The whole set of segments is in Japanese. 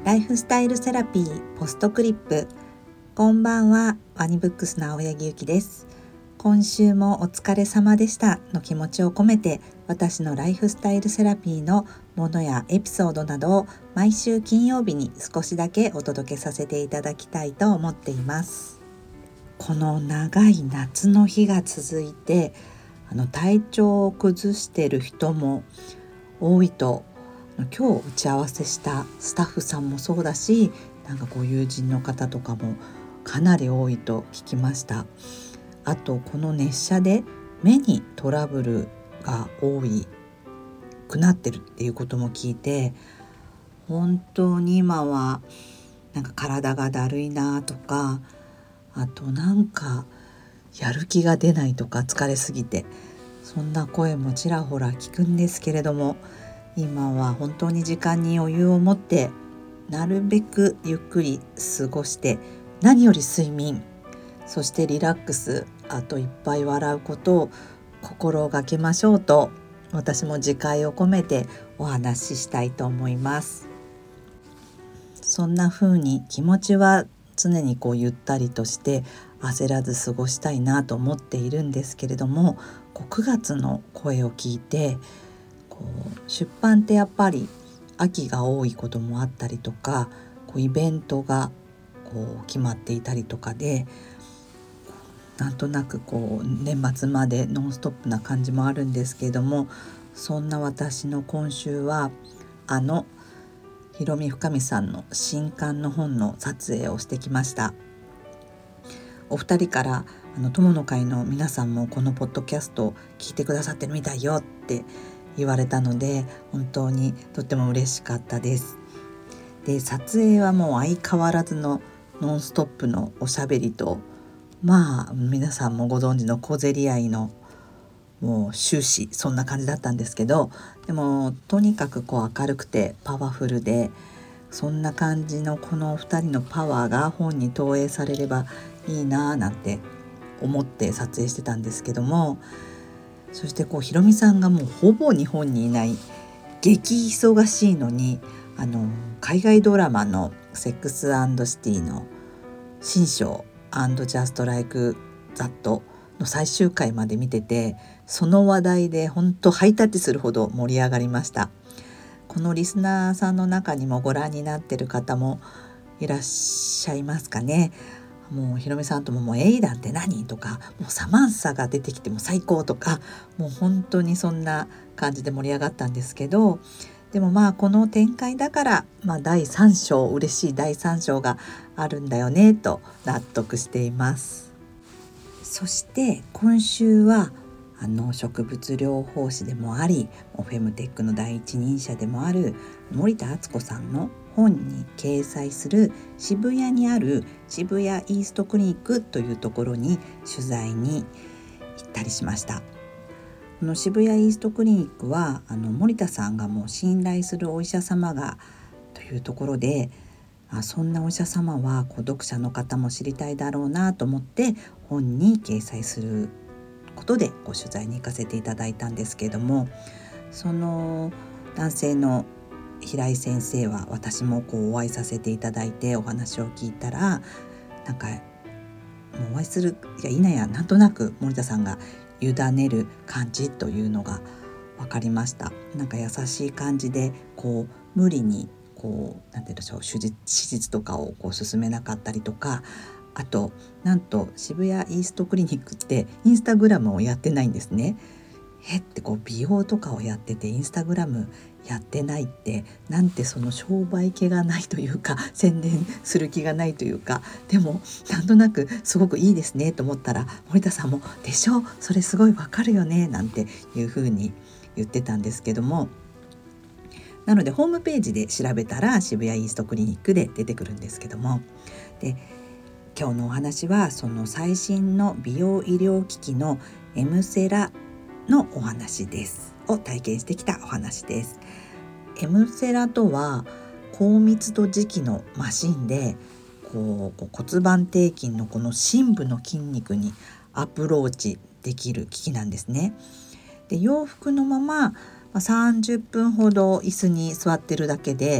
ライフスタイルセラピーポストクリップ。こんばんは、ワニブックスの青柳ゆきです。今週もお疲れ様でしたの気持ちを込めて、私のライフスタイルセラピーのものやエピソードなどを毎週金曜日に少しだけお届けさせていただきたいと思っています。この長い夏の日が続いて、体調を崩している人も多いと、今日打ち合わせしたスタッフさんもそうだし、ご友人の方とかもかなり多いと聞きました。あとこの熱射で目にトラブルが多くなってるっていうことも聞いて、本当に今は体がだるいなとか、あとやる気が出ないとか、疲れすぎて、そんな声もちらほら聞くんですけれども、今は本当に時間に余裕を持ってなるべくゆっくり過ごして、何より睡眠、そしてリラックス、あといっぱい笑うことを心がけましょうと、私も自戒を込めてお話ししたいと思います。そんな風に気持ちは常にゆったりとして焦らず過ごしたいなと思っているんですけれども、9月の声を聞いて、出版ってやっぱり秋が多いこともあったりとか、イベントが決まっていたりとかで、なんとなく年末までノンストップな感じもあるんですけれども、そんな私の今週はひろみふかみさんの新刊の本の撮影をしてきました。お二人から友の会の皆さんもこのポッドキャストを聞いてくださってるみたいよって言われたので、本当にとっても嬉しかったです。で、撮影はもう相変わらずのノンストップのおしゃべりと、皆さんもご存知の小競り合いのもう終始そんな感じだったんですけど、でもとにかく明るくてパワフルで、そんな感じのこの2人のパワーが本に投影されればいいななんて思って撮影してたんですけども、そしてひろみさんがもうほぼ日本にいない、激忙しいのに海外ドラマのセックス&シティの新章&ジャストライクザットの最終回まで見てて、その話題で本当ハイタッチするほど盛り上がりました。このリスナーさんの中にもご覧になってる方もいらっしゃいますかね。もうひろみさんともエイダンって何とか、もうサマンサが出てきても最高とか、もう本当にそんな感じで盛り上がったんですけど、でもこの展開だから、第3章、嬉しい第3章があるんだよねと納得しています。そして今週は植物療法士でもあり、フェムテックの第一人者でもある森田敦子さんの本に掲載する渋谷にある渋谷イーストクリニックというところに取材に行ったりしました。この渋谷イーストクリニックは森田さんがもう信頼するお医者様がというところで、そんなお医者様は読者の方も知りたいだろうなと思って本に掲載することで取材に行かせていただいたんですけれども、その男性の平井先生は私もお会いさせていただいてお話を聞いたら、もうお会いするや否やなんとなく森田さんが委ねる感じというのが分かりました。優しい感じで無理になんていうんでしょう、手術とかを進めなかったりとか、あとなんと渋谷イーストクリニックってインスタグラムをやってないんですね。って美容とかをやっててインスタグラムやってないって、なんてその商売気がないというか、宣伝する気がないというか、でもなんとなくすごくいいですねと思ったら、森田さんもでしょ、それすごいわかるよねなんていうふうに言ってたんですけども、なのでホームページで調べたら渋谷イーストクリニックで出てくるんですけども、で今日のお話はその最新の美容医療機器のエムセラのお話ですを体験してきたお話です。エムセラとは高密度磁気のマシンで骨盤底筋のこの深部の筋肉にアプローチできる機器なんですね。で洋服のまま30分ほど椅子に座ってるだけで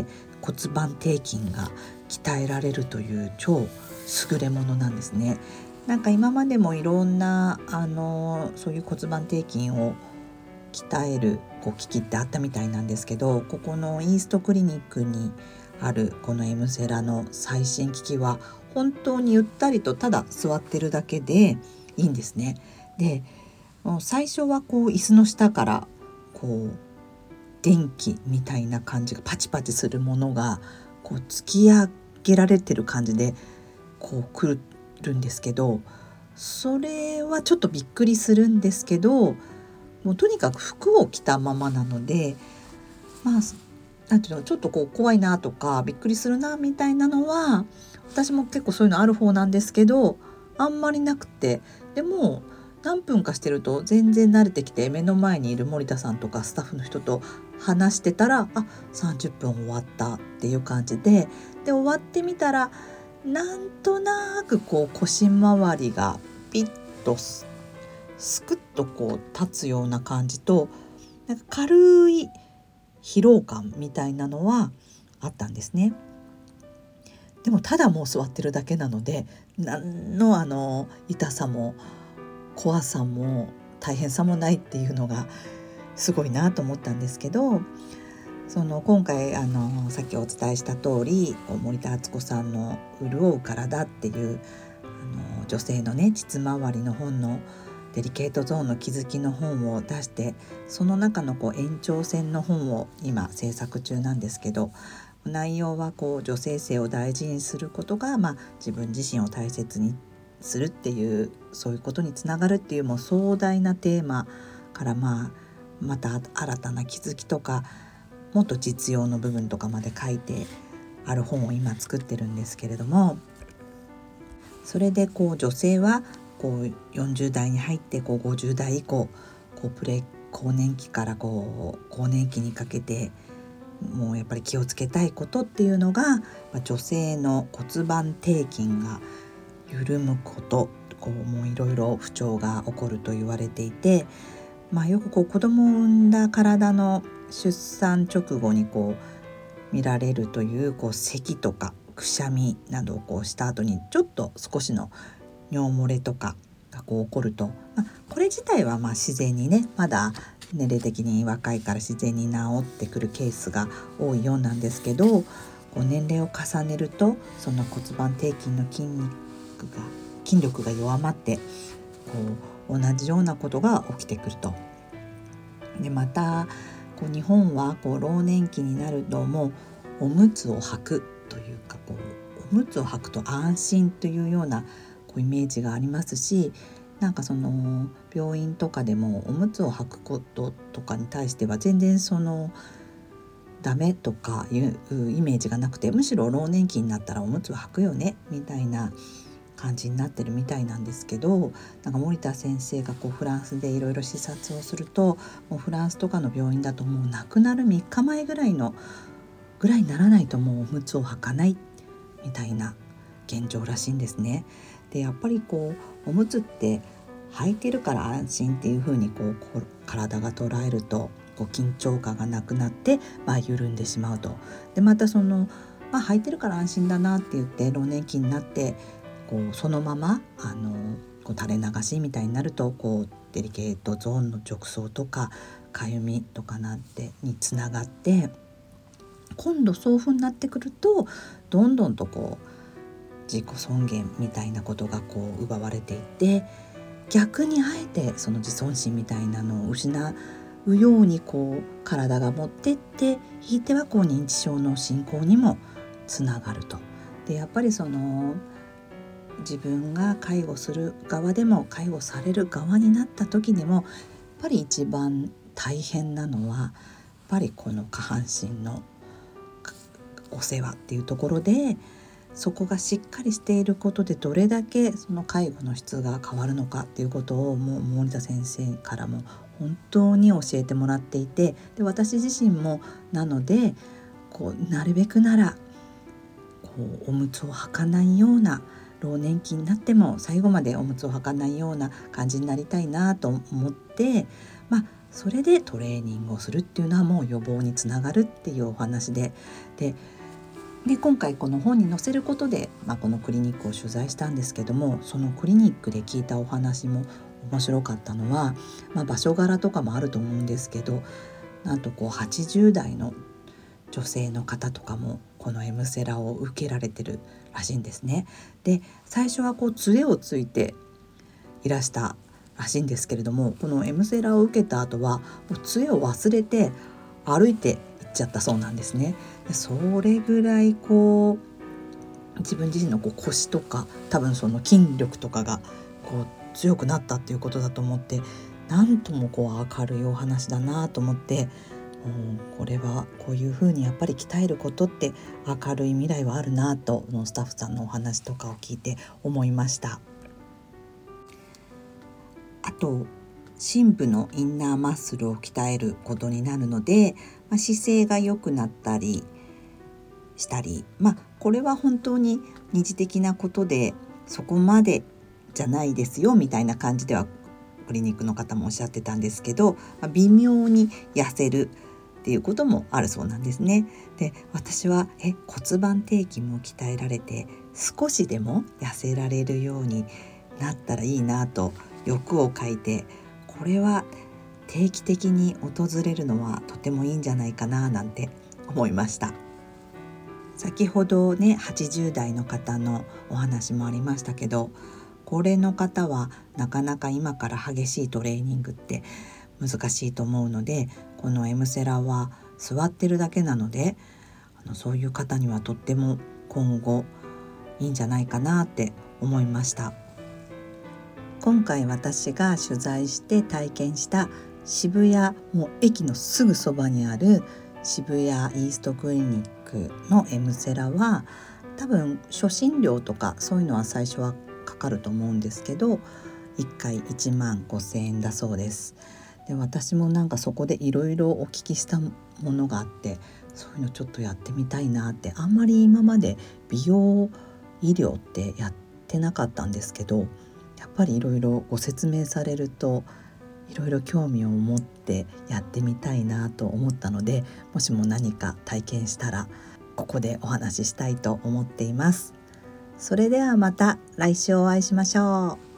骨盤底筋が鍛えられるという超優れものなんですね。なんか今までもいろんなそういう骨盤底筋を鍛える機器ってあったみたいなんですけど、ここのイーストクリニックにあるこのエムセラの最新機器は本当にゆったりとただ座ってるだけでいいんですね。でもう最初は椅子の下から電気みたいな感じがパチパチするものが突き上げられてる感じで来るんですけど、それはちょっとびっくりするんですけど、もうとにかく服を着たままなので、なんていうの、ちょっと怖いなとかびっくりするなみたいなのは私も結構そういうのある方なんですけど、あんまりなくて、でも何分かしてると全然慣れてきて、目の前にいる森田さんとかスタッフの人と話してたら30分終わったっていう感じで、終わってみたらなんとなく腰回りがピッとスクッと立つような感じと、なんか軽い疲労感みたいなのはあったんですね。でもただもう座ってるだけなので、何の痛さも怖さも大変さもないっていうのがすごいなと思ったんですけど、今回さっきお伝えした通り、森田敦子さんの潤う体っていう女性のね膣周りの本のデリケートゾーンの気づきの本を出して、その中の延長線の本を今制作中なんですけど、内容は女性性を大事にすることが、自分自身を大切にするっていう、そういうことにつながるっていう、もう壮大なテーマから、また新たな気づきとかもっと実用の部分とかまで書いてある本を今作ってるんですけれども、それで女性は40代に入って50代以降更年期から更年期にかけてもうやっぱり気をつけたいことっていうのが、女性の骨盤底筋が緩むこと、もういろいろ不調が起こると言われていて、よく子供を産んだ体の出産直後に見られるという咳とかくしゃみなどをした後にちょっと少しの尿漏れとかが起こると、これ自体は自然にね、まだ年齢的に若いから自然に治ってくるケースが多いようなんですけど、年齢を重ねるとその骨盤底筋の筋力が弱まって同じようなことが起きてくると。でまた日本は老年期になるともうおむつを履くというかおむつを履くと安心というようなイメージがありますし、なんか病院とかでもおむつを履くこととかに対しては全然ダメとかいうイメージがなくて、むしろ老年期になったらおむつを履くよねみたいな感じになってるみたいなんですけど、なんか森田先生がフランスでいろいろ視察をすると、もうフランスとかの病院だともう亡くなる3日前ぐらいにならないともうおむつを履かないみたいな現状らしいんですね。でやっぱりおむつって履いてるから安心っていう風に体が捉えると緊張感がなくなって、緩んでしまうと。でまた履いてるから安心だなって言って老年期になってそのまま垂れ流しみたいになるとデリケートゾーンの褥瘡とかかゆみとかにつながって、今度そういう風になってくるとどんどんと自己尊厳みたいなことが奪われていって、逆にあえてその自尊心みたいなのを失うように体が持ってって、ひいては認知症の進行にもつながると。でやっぱり自分が介護する側でも介護される側になった時にもやっぱり一番大変なのはやっぱりこの下半身のお世話っていうところで、そこがしっかりしていることでどれだけその介護の質が変わるのかっていうことをもう森田先生からも本当に教えてもらっていて、で私自身もなのでなるべくならおむつを履かないような、老年期になっても最後までおむつを履かないような感じになりたいなと思って、それでトレーニングをするっていうのはもう予防につながるっていうお話で、 で今回この本に載せることで、このクリニックを取材したんですけども、そのクリニックで聞いたお話も面白かったのは、場所柄とかもあると思うんですけど、なんと80代の女性の方とかもこのエムセラを受けられてるらしいんですね。で最初は杖をついていらしたらしいんですけれども、このエムセラを受けた後はもう杖を忘れて歩いて行っちゃったそうなんですね。でそれぐらい自分自身の腰とか多分その筋力とかが強くなったっていうことだと思って、なんとも明るいお話だなと思って、これはこういうふうにやっぱり鍛えることって明るい未来はあるなとスタッフさんのお話とかを聞いて思いました。あと深部のインナーマッスルを鍛えることになるので、姿勢が良くなったりしたり、これは本当に二次的なことでそこまでじゃないですよみたいな感じではクリニックの方もおっしゃってたんですけど、微妙に痩せるっていうこともあるそうなんですね。で私は骨盤底筋も鍛えられて少しでも痩せられるようになったらいいなと欲をかいて、これは定期的に訪れるのはとてもいいんじゃないかななんて思いました。先ほどね80代の方のお話もありましたけど、高齢の方はなかなか今から激しいトレーニングって難しいと思うので、このエムセラは座ってるだけなのでそういう方にはとっても今後いいんじゃないかなって思いました。今回私が取材して体験した渋谷もう駅のすぐそばにある渋谷イーストクリニックのエムセラは多分初診料とかそういうのは最初はかかると思うんですけど、1回1万5,000円だそうです。で私もそこでいろいろお聞きしたものがあって、そういうのちょっとやってみたいなって、あんまり今まで美容医療ってやってなかったんですけど、やっぱりいろいろご説明されるといろいろ興味を持ってやってみたいなと思ったので、もしも何か体験したらここでお話ししたいと思っています。それではまた来週お会いしましょう。